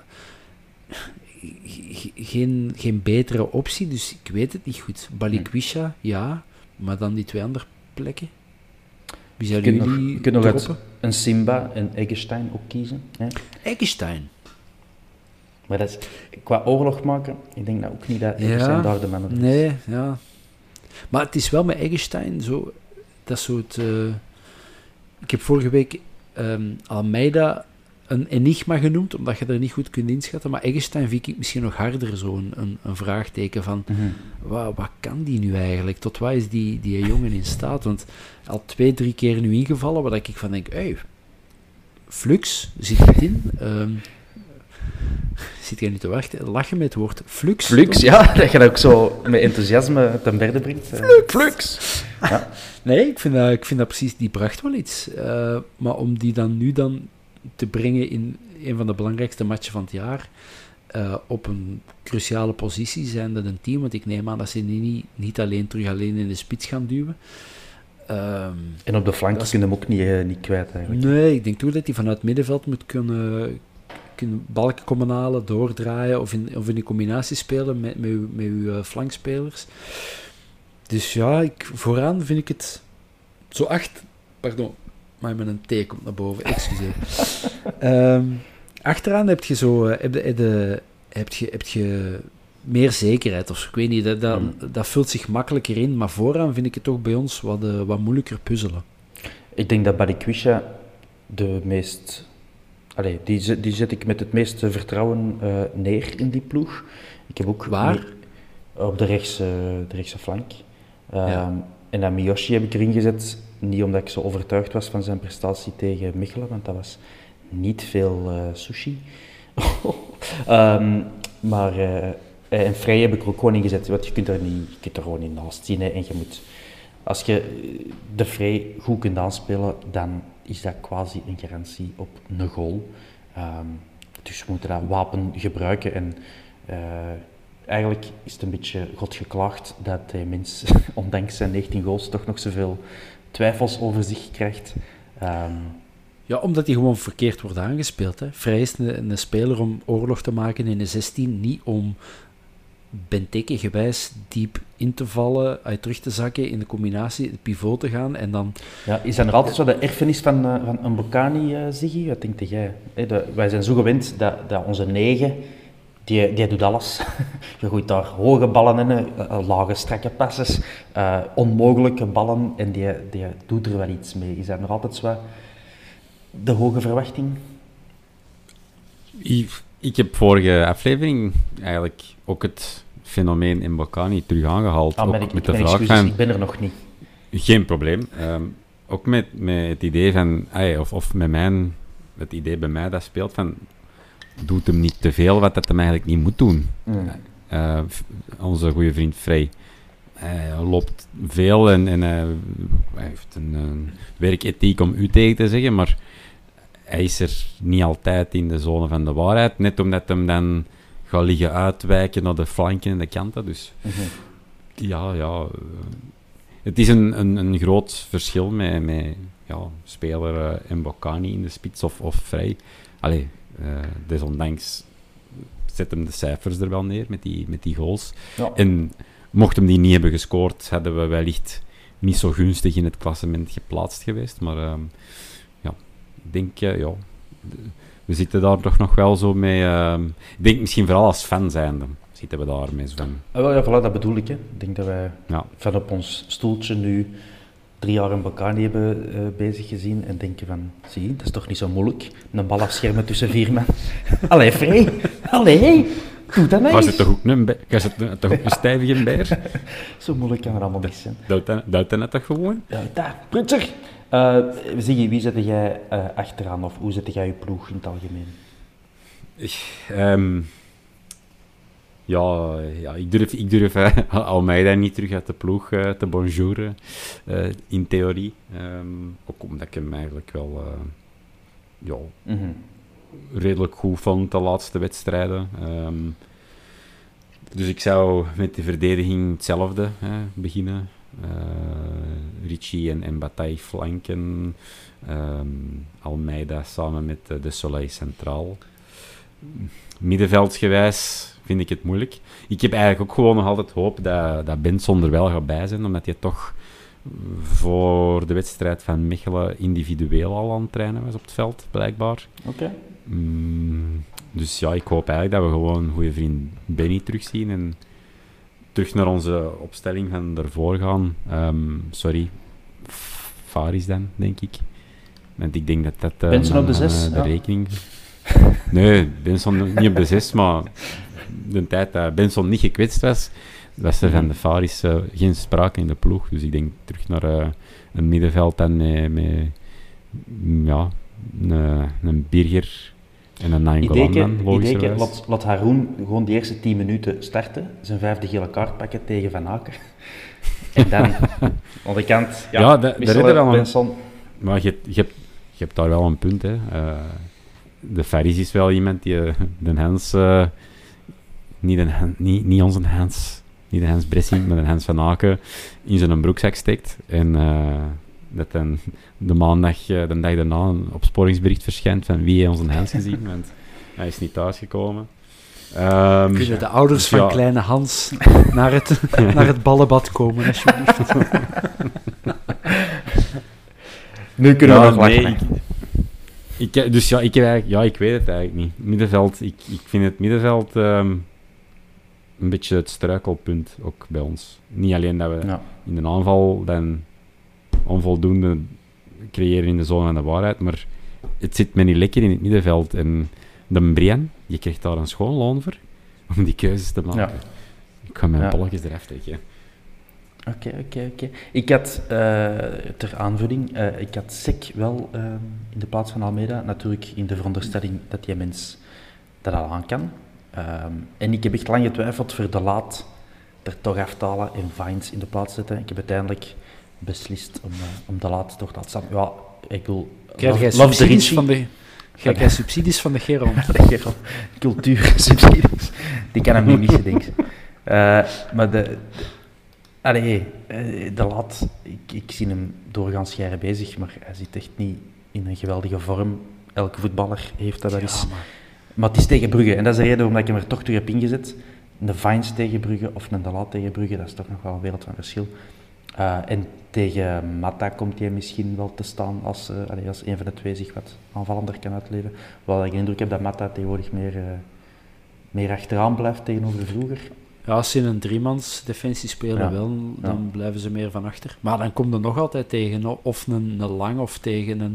geen betere optie, dus ik weet het niet goed. Balikwisha, ja, maar dan die 2 andere plekken. Wie zouden jullie Je kunt nog droppen? een Simba en Eggestein ook kiezen. Hè? Eggestein. Maar dat is, qua oorlog maken, ik denk dat ook niet dat Eggestein daar de man op is. Nee, ja. Maar het is wel met Eggestein zo... Dat soort... ik heb vorige week Almeida een enigma genoemd, omdat je er niet goed kunt inschatten. Maar Eggestein vind ik misschien nog harder zo'n een vraagteken van... Wat kan die nu eigenlijk? Tot wat is die jongen in staat? Want al 2-3 keer nu ingevallen, waar ik van denk... Hey, Flux, zit het in? Zit jij niet te wachten? Lachen met het woord flux. Flux, toch? Ja, dat je dat ook zo met enthousiasme ten berde brengt. Flux! Ja. Nee, ik vind dat precies, die bracht wel iets. Maar om die dan nu te brengen in een van de belangrijkste matchen van het jaar, op een cruciale positie, zijn dat een team, want ik neem aan dat ze niet alleen in de spits gaan duwen. En op de flank kun je hem ook niet kwijt eigenlijk. Nee, ik denk toch dat hij vanuit het middenveld moet kunnen balken komen halen, doordraaien of in een combinatie spelen met uw flankspelers. Dus ja, vooraan vind ik het zo 8... Pardon, maar met een T komt naar boven, excuseer. Achteraan heb je zo... Heb je meer zekerheid, of ik weet niet, dat vult zich makkelijker in, maar vooraan vind ik het toch bij ons wat moeilijker puzzelen. Ik denk dat Balikwisha de meest... die zet ik met het meeste vertrouwen neer in die ploeg. Ik heb ook waar? Op de rechtse flank. En dan Miyoshi heb ik erin gezet, niet omdat ik zo overtuigd was van zijn prestatie tegen Mechelen, want dat was niet veel sushi. En Frey heb ik er ook gewoon in gezet, want je kunt er gewoon niet naast zien. Hè, en je moet, als je de Frey goed kunt aanspelen, dan is dat quasi een garantie op een goal. Dus we moeten dat wapen gebruiken. En eigenlijk is het een beetje God geklaagd dat hij mens, ondanks zijn 19 goals, toch nog zoveel twijfels over zich krijgt. Ja, omdat hij gewoon verkeerd wordt aangespeeld. Hè. Frey is een speler om oorlog te maken in de 16, niet om Benteke gewijs diep in te vallen, uit terug te zakken, in de combinatie, het pivot te gaan en dan... Ja, is er altijd zo de erfenis van een Mbokani, Ziggy? Wat denk jij? Wij zijn zo gewend dat onze 9, die doet alles. Je gooit daar hoge ballen in, lage, strakke passes, onmogelijke ballen en die doet er wel iets mee. Is dat nog altijd zo de hoge verwachting? Ik heb vorige aflevering eigenlijk ook het fenomeen Mbokani terug aangehaald. Met de vraag van, ik ben er nog niet. Geen probleem. Ook met het idee van, of met het idee bij mij dat speelt van, doet hem niet te veel wat dat hem eigenlijk niet moet doen. Onze goede vriend Frey. Hij loopt veel en hij heeft een werkethiek om u tegen te zeggen, maar hij is er niet altijd in de zone van de waarheid, net omdat hem dan gaat liggen uitwijken naar de flanken en de kanten. Dus het is een groot verschil met speler Mbokani in de spits of Frey. Desondanks zet hem de cijfers er wel neer met die goals. Ja. En mocht hem die niet hebben gescoord, hadden we wellicht niet zo gunstig in het klassement geplaatst geweest. Maar ik denk, we zitten daar toch nog wel zo mee... ik denk misschien vooral als fan zijnde zitten we daar mee zo van... Ja, voilà, dat bedoel ik. Hè. Ik denk dat wij van op ons stoeltje nu 3 jaar een Mbokani hebben bezig gezien en denken van, zie, dat is toch niet zo moeilijk. Een bal afschermen tussen 4 man. Allee, Frey. Allee. Doe dat Was het niet. toch ook een stijvige beer? Zo moeilijk kan er allemaal niet zijn. Duidt dat net toch gewoon? Ja, daar, Pritser. Ziggy, wie zette jij achteraan, of hoe zette jij je ploeg in het algemeen? Ja, ik durf Almeida niet terug uit de ploeg te bonjouren, in theorie. Ook omdat ik hem eigenlijk wel redelijk goed vond de laatste wedstrijden. Dus ik zou met de verdediging hetzelfde beginnen. Ricci en Bataille flanken. Almeida samen met de Soleil centraal. Middenveldsgewijs vind ik het moeilijk. Ik heb eigenlijk ook gewoon nog altijd hoop dat Benson er wel gaat bij zijn, omdat hij toch voor de wedstrijd van Mechelen individueel al aan het trainen was op het veld, blijkbaar. Oké. Dus ja, ik hoop eigenlijk dat we gewoon goede vriend Benny terugzien en terug naar onze opstelling van daarvoor gaan. Faris dan, denk ik. Want ik denk dat Benson op de 6? de rekening... Nee, Benson niet op de 6, maar de tijd dat Benson niet gekwetst was er van de Faris geen sprake in de ploeg. Dus ik denk terug naar een middenveld dan met een Birger en een Nainggolan dan, logischerwijs. Laat Haroun gewoon de eerste 10 minuten starten, zijn 5e gele kaart pakken tegen Van Aken. En dan, aan de kant, daar redden wel een... Benson. Maar je hebt daar wel een punt, hè. De Faris is wel iemand die de Hans... niet onze Hans... Niet de Hans Bressing, maar de Hans van Aken in zijn broekzak steekt. En dat dan de maandag, de dag daarna, een opsporingsbericht verschijnt van wie heeft onze Hans gezien, want hij is niet thuisgekomen. Kunnen de ouders van kleine Hans naar het ballenbad komen, alsjeblieft? Nu kunnen we nog lachen. Ik weet het eigenlijk niet. Middenveld, ik vind het middenveld een beetje het struikelpunt ook bij ons. Niet alleen dat we in de aanval dan onvoldoende creëren in de zone van de waarheid, maar het zit me niet lekker in het middenveld. En de Brian, je krijgt daar een schoon loon voor om die keuzes te maken. Ja. Ik ga mijn bolletjes eraf trekken. Oké. Ik had, ter aanvulling, ik had Sek wel in de plaats van Almeida. Natuurlijk in de veronderstelling dat die mens dat al aan kan. En ik heb echt lang getwijfeld voor De Laat er toch af te halen en Vines in de plaats zetten. Ik heb uiteindelijk beslist om De Laat toch te laten staan. Ja, ik wil... Krijg jij subsidies van de Geron? Cultuursubsidies. Die kan hem niet missen, denk ik. Maar De Laat, ik zie hem doorgaans jaren bezig, maar hij zit echt niet in een geweldige vorm. Elke voetballer heeft dat eens. Maar het is tegen Brugge, en dat is de reden waarom ik hem er toch terug heb ingezet. Een Vines tegen Brugge of een De Laat tegen Brugge, dat is toch nog wel een wereld van verschil. En tegen Mata komt hij misschien wel te staan als een van de twee zich wat aanvallender kan uitleven. Hoewel ik de indruk heb dat Mata tegenwoordig meer achteraan blijft tegenover vroeger. Ja, als ze in een driemans defensie spelen dan blijven ze meer van achter. Maar dan komt er nog altijd tegen of een Lang of tegen een...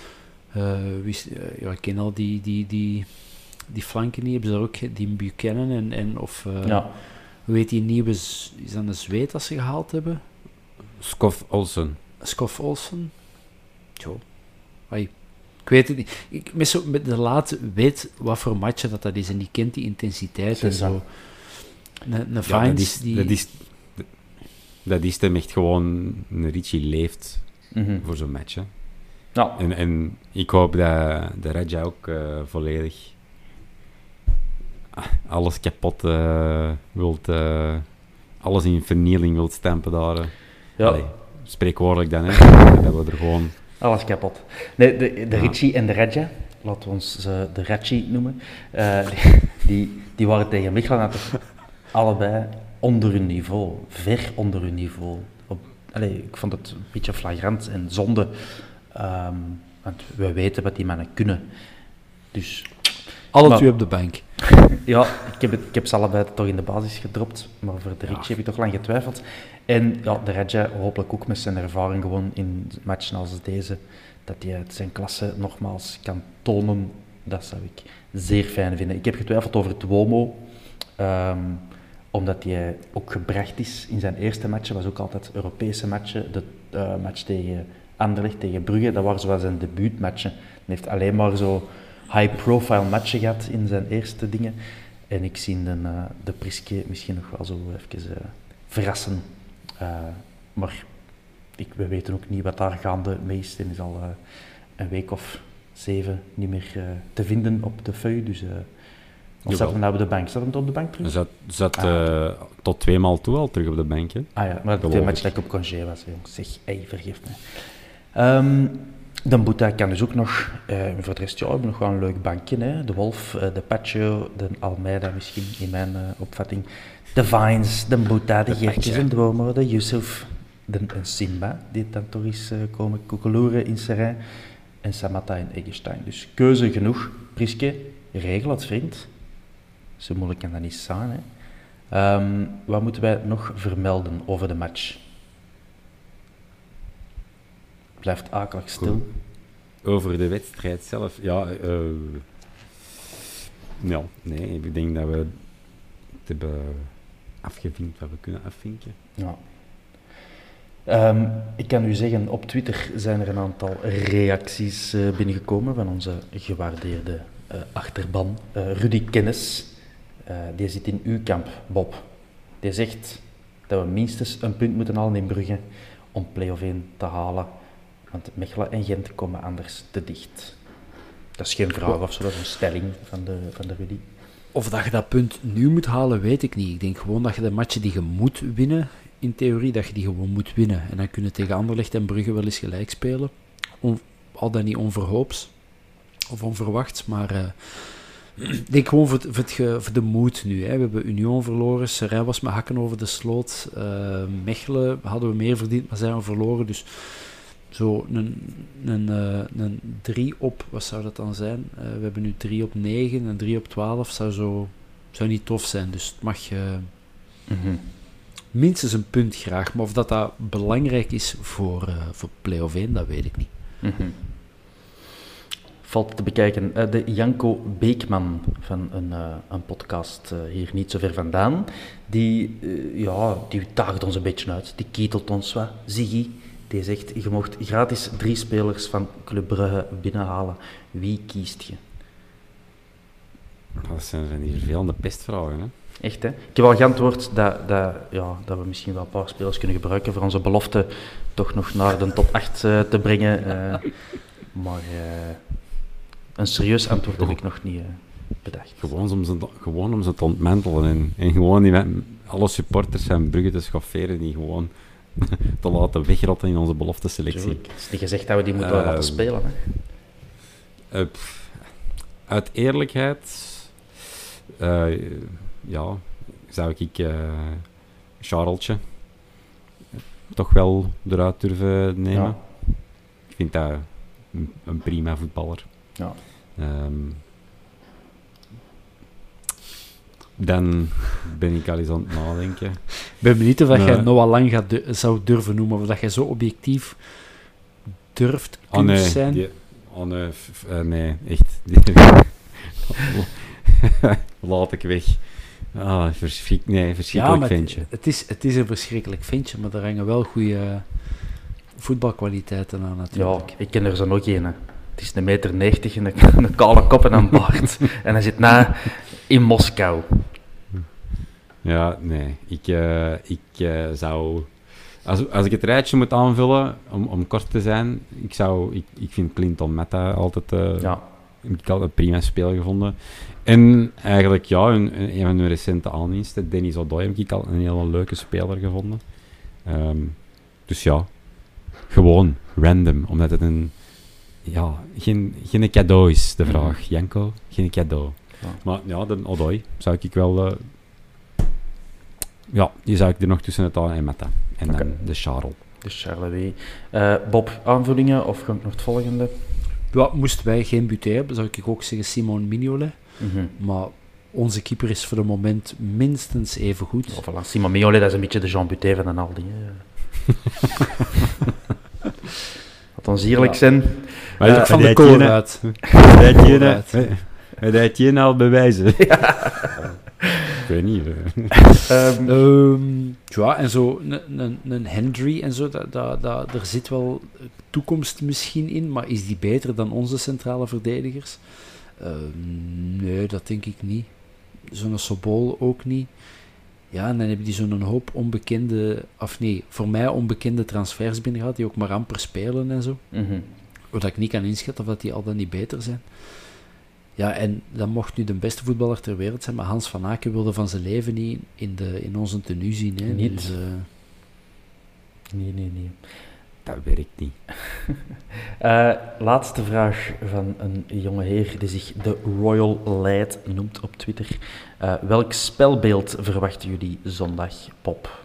ik ken al die flanken niet, hebben ze ook die Buchanan hoe heet die nieuwe, is dat een Zweed dat ze gehaald hebben? Skof Olsen? Jo. Ik weet het niet. Met De Laat weet wat voor matchen dat is en die kent die intensiteit en zo. Een Vines dat is hem echt gewoon... Een Ricci leeft voor zo'n match. Hè. Ja. En ik hoop dat de Radja ook volledig alles kapot wilt... alles in vernieling wilt stampen daar. Allee, spreekwoordelijk dan, hè. Dat we er gewoon... Alles kapot. Nee, de Ricci en de Radja, laten we ons de Radji noemen, die waren tegen Mechelen allebei onder hun niveau, ver onder hun niveau. Ik vond het een beetje flagrant en zonde, want we weten wat die mannen kunnen. Dus, alle twee op de bank. Ja, ik heb ze allebei toch in de basis gedropt, maar voor de Ricci heb ik toch lang getwijfeld. En de Radja hopelijk ook met zijn ervaring gewoon in matchen als deze, dat hij uit zijn klasse nogmaals kan tonen. Dat zou ik zeer fijn vinden. Ik heb getwijfeld over Duomo. Omdat hij ook gebracht is in zijn eerste matchen, was ook altijd Europese matchen. De match tegen Anderlecht, tegen Brugge, dat waren zoals zijn debuutmatchen. Hij heeft alleen maar zo high-profile matchen gehad in zijn eerste dingen. En ik zie de Priske misschien nog wel zo even verrassen. Maar we weten ook niet wat daar gaande mee is. Hij is al een week of 7 niet meer te vinden op de feuille. Dus of zat hem nou op de bank? Zat hem op de bank terug? Hij zat tot 2 maal toe al terug op de bank. Hè? Ah ja, maar de match dat ik op congé was. Jongens. Zeg, vergeef me. De Boeta kan dus ook nog, voor de rest, we hebben nog wel een leuk bankje. Hè? De Wolf, de Pacho, de Almeida misschien, in mijn opvatting. De Vines, de Boeta, de Gertjes en Dwomo, de Yusuf, de Simba, die dan toch eens komen koekeloeren in Serijn. En Samatta en Eggestein. Dus keuze genoeg. Priske, regel het, vriend. Zo moeilijk kan dat niet zijn. Hè? Wat moeten wij nog vermelden over de match? Blijft akelig stil. Over de wedstrijd zelf, nee, ik denk dat we het hebben afgevinkt wat we kunnen afvinken. Ja. Ik kan u zeggen, op Twitter zijn er een aantal reacties binnengekomen van onze gewaardeerde achterban. Rudy Kennis, die zit in uw kamp, Bob. Die zegt dat we minstens een punt moeten halen in Brugge om play-off 1 te halen. Want Mechelen en Gent komen anders te dicht. Dat is geen vraag of zo, dat is een stelling van de Rudy. Of dat je dat punt nu moet halen, weet ik niet. Ik denk gewoon dat je de matchen die je moet winnen, in theorie, dat je die gewoon moet winnen. En dan kunnen tegen Anderlecht en Brugge wel eens gelijk spelen. Al dan niet onverhoops of onverwachts, maar ik denk gewoon voor de moed nu. Hè. We hebben Union verloren, Serijn was met hakken over de sloot. Mechelen hadden we meer verdiend, maar zijn we verloren. Dus zo een 3 op, wat zou dat dan zijn? We hebben nu 3 op 9 en 3 op 12 zou niet tof zijn. Dus het mag minstens een punt graag. Maar of dat belangrijk is voor play-off 1, dat weet ik niet. Mm-hmm. Valt te bekijken. De Janko Beekman van een podcast hier niet zo ver vandaan, die daagt ons een beetje uit. Die kietelt ons wat. Ziggy, die zegt, je mocht gratis 3 spelers van Club Brugge binnenhalen. Wie kiest je? Dat zijn die vervelende pestvragen, hè? Echt, hè? Ik heb al geantwoord dat we misschien wel een paar spelers kunnen gebruiken voor onze belofte toch nog naar de top 8 te brengen. Maar een serieus antwoord heb ik nog niet bedacht. Gewoon om ze te ontmantelen en gewoon alle supporters van Brugge te schofferen, die gewoon te laten wegrotten in onze belofteselectie. Het is niet gezegd dat we die moeten laten spelen. Hè? Uit eerlijkheid zou ik Charlesje toch wel eruit durven nemen. Ja. Ik vind dat een prima voetballer. Ja. Dan ben ik al eens aan het nadenken. Ik ben benieuwd of jij Noah Lang zou durven noemen, of dat jij zo objectief durft zijn. Nee, echt. Laat ik weg. Verschrikkelijk ventje. Het is een verschrikkelijk ventje, maar er hangen wel goede voetbalkwaliteiten aan natuurlijk. Ja, ik ken er zo nog een. Hè. Het is 1,90 meter en een kale kop en een baard. En hij zit in Moskou. Ja, nee. Ik zou... Als ik het rijtje moet aanvullen, om kort te zijn, ik vind Clinton Metta altijd een prima speler gevonden. En eigenlijk, een van hun recente aanwinsten, Dennis Odoi, heb ik al een hele leuke speler gevonden. Dus ja, gewoon random, omdat het geen cadeau is, de vraag. Janko, geen cadeau. Ja. Maar ja, de Odoi zou ik wel... die zou ik er nog tussen het aan en Metta. En dan de Charles. De Charles W. Bob, aanvullingen of ga ik nog het volgende? Ja, moesten wij geen buté hebben, zou ik ook zeggen Simon Mignolet. Mm-hmm. Maar onze keeper is voor het moment minstens even goed. Oh, voilà. Simon Mignolet, dat is een beetje de Jean Buté van de Aldi. Laat ons eerlijk zijn. Maar van de kool uit. Hij deed je al bewijzen. weet niet. Ja, en zo een Hendry en zo, er zit wel toekomst misschien in, maar is die beter dan onze centrale verdedigers? Nee, dat denk ik niet. Zo'n Sobol ook niet. Ja, en dan heb je zo'n hoop voor mij onbekende transfers binnen gehad, die ook maar amper spelen en zo. Mhm. Wat ik niet kan inschatten of dat die al dan niet beter zijn. Ja, en dat mocht nu de beste voetballer ter wereld zijn, maar Hans van Aken wilde van zijn leven niet in onze tenue zien. Hè. Niet? Dus, Nee. Dat werkt niet. Laatste vraag van een jonge heer die zich de Royal Lad noemt op Twitter. Welk spelbeeld verwachten jullie zondag, Pop?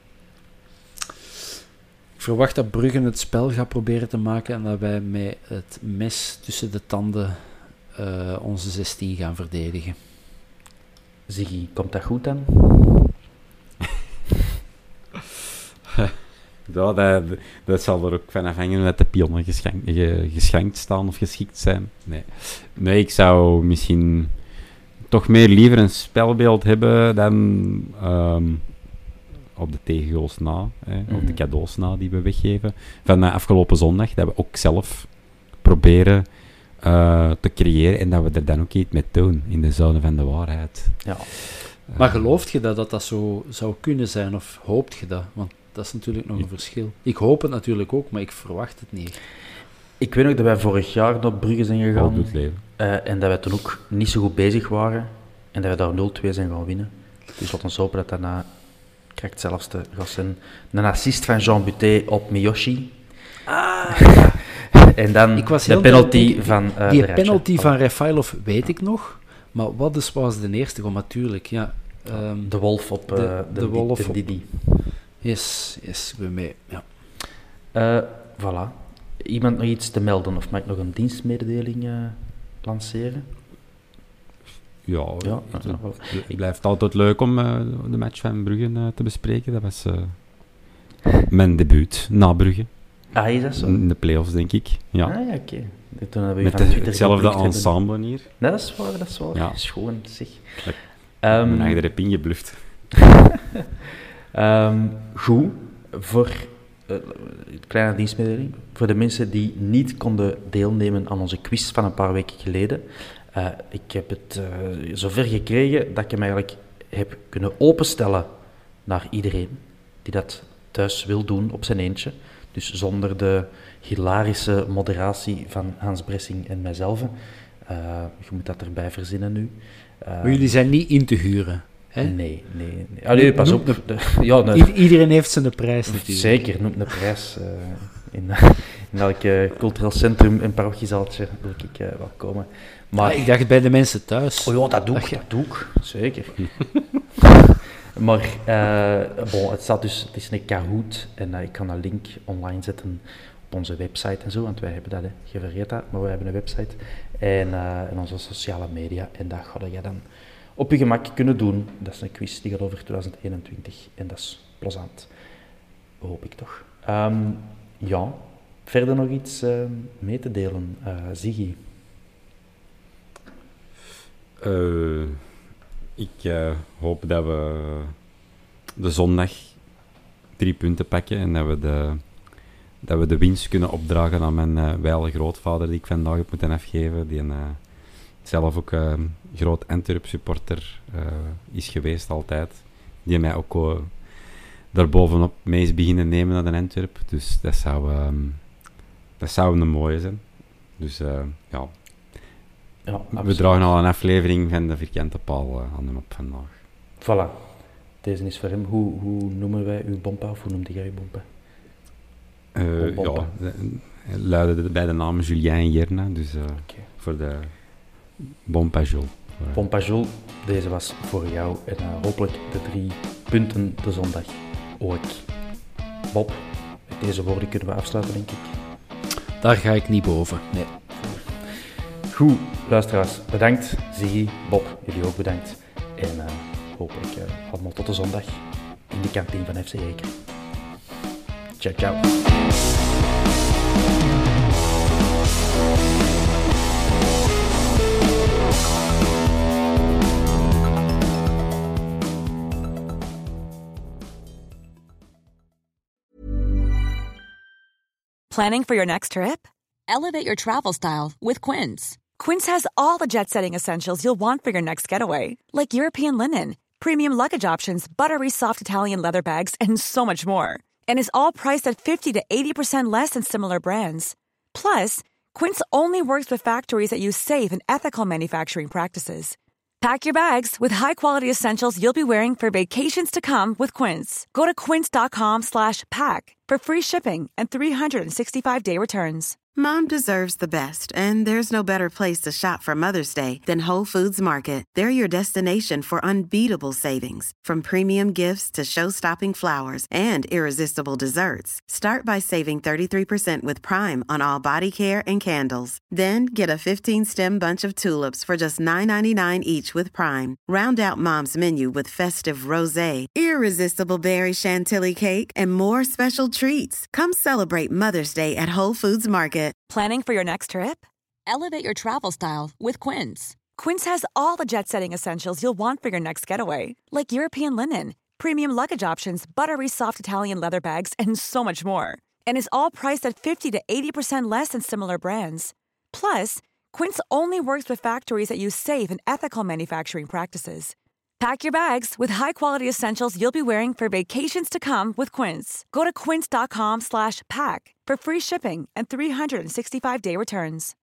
ik verwacht dat Brugge het spel gaat proberen te maken en dat wij met het mes tussen de tanden onze 16 gaan verdedigen. Ziggy, komt dat goed dan? Ja, dat zal er ook van afhangen dat de pionnen geschenkt staan of geschikt zijn. Nee, ik zou misschien toch meer liever een spelbeeld hebben dan op de tegengoals na, of de cadeaus na die we weggeven. Van afgelopen zondag, dat we ook zelf proberen te creëren en dat we er dan ook iets mee doen in de zone van de waarheid. Ja. Maar gelooft je dat zo zou kunnen zijn, of hoopt je dat? Want dat is natuurlijk nog een verschil. Ik hoop het natuurlijk ook, maar ik verwacht het niet. Ik weet ook dat wij vorig jaar naar Brugge zijn gegaan. Doet leven. En dat wij toen ook niet zo goed bezig waren. En dat we daar 0-2 zijn gaan winnen. Dus laten we hopen dat daarna krijgt zelfs de gasten een assist van Jean Buté op Miyoshi. En dan de penalty van die penalty van Refailov weet ik nog. Maar wat was de eerste goal? Natuurlijk, ja. De wolf op de wolf de op Didi. Yes, ik ben mee. Ja. Voilà. Iemand nog iets te melden? Of mag ik nog een dienstmededeling lanceren? Ja, Ja. het blijft altijd leuk om de match van Brugge te bespreken. Dat was mijn debuut na Brugge. Ah, is dat zo? In de play-offs, denk ik. Ja. Ah, ja, oké. Toen hebben we Met van Twitter hetzelfde geplukt ensemble hier. Nee, dat is waar, dat is waar. Ja. Schoon, zeg. Mijn eigen heb ingebluft. Goed, voor kleine dienstmededeling. Voor de mensen die niet konden deelnemen aan onze quiz van een paar weken geleden. Ik heb het zover gekregen dat ik hem eigenlijk heb kunnen openstellen naar iedereen die dat thuis wil doen op zijn eentje. Dus zonder de hilarische moderatie van Hans Bressing en mijzelf. Je moet dat erbij verzinnen nu. Maar jullie zijn niet in te huren, hè? Nee. Allee, pas op. Iedereen heeft zijn prijs natuurlijk. Zeker, noemt een prijs. In elk cultureel centrum en parochiezaaltje wil ik wel komen. Maar ik dacht bij de mensen thuis. Oh ja, dat doe ik. Zeker. Maar het is een Kahoot en ik kan een link online zetten op onze website en zo, want wij hebben dat, je vergeet dat, maar wij hebben een website en onze sociale media en dat ga je dan op je gemak kunnen doen. Dat is een quiz die gaat over 2021 en dat is plezant. Hoop ik toch. Ja, verder nog iets mee te delen, Ziggy? Ik hoop dat we de zondag 3 punten pakken en dat we de winst kunnen opdragen aan mijn wijle grootvader die ik vandaag heb moeten afgeven. Die zelf ook groot Antwerp-supporter is geweest altijd. Die mij ook daarbovenop mee is beginnen nemen naar de Antwerp. Dus dat zou een mooie zijn. Dus ja... Ja, we dragen al een aflevering van de Vierkante Paal aan hem op vandaag. Voilà. Deze is voor hem. Hoe noemen wij uw bompa? Of hoe noemde jij uw bompa? Luidde bij de naam Julien Jerna. Dus voor de bompa Jules. Bompa Jules, deze was voor jou. En hopelijk de 3 punten de zondag ook. Bob, met deze woorden kunnen we afsluiten, denk ik. Daar ga ik niet boven. Nee. Goed, luisteraars, bedankt. Ziggy, Bob, jullie ook bedankt. En hopelijk allemaal tot de zondag in de kantine van FC Eker. Ciao, ciao. Planning for your next trip? Elevate your travel style with Quince. Quince has all the jet-setting essentials you'll want for your next getaway, like European linen, premium luggage options, buttery soft Italian leather bags, and so much more. And is all priced at 50 to 80% less than similar brands. Plus, Quince only works with factories that use safe and ethical manufacturing practices. Pack your bags with high-quality essentials you'll be wearing for vacations to come with Quince. Go to quince.com/pack for free shipping and 365-day returns. Mom deserves the best, and there's no better place to shop for Mother's Day than Whole Foods Market. They're your destination for unbeatable savings, from premium gifts to show-stopping flowers and irresistible desserts. Start by saving 33% with Prime on all body care and candles. Then get a 15-stem bunch of tulips for just $9.99 each with Prime. Round out Mom's menu with festive rosé, irresistible berry chantilly cake, and more special treats. Come celebrate Mother's Day at Whole Foods Market. Planning for your next trip? Elevate your travel style with Quince. Quince has all the jet-setting essentials you'll want for your next getaway, like European linen, premium luggage options, buttery soft Italian leather bags, and so much more. And is all priced at 50 to 80% less than similar brands. Plus, Quince only works with factories that use safe and ethical manufacturing practices. Pack your bags with high-quality essentials you'll be wearing for vacations to come with Quince. Go to quince.com/pack for free shipping and 365-day returns.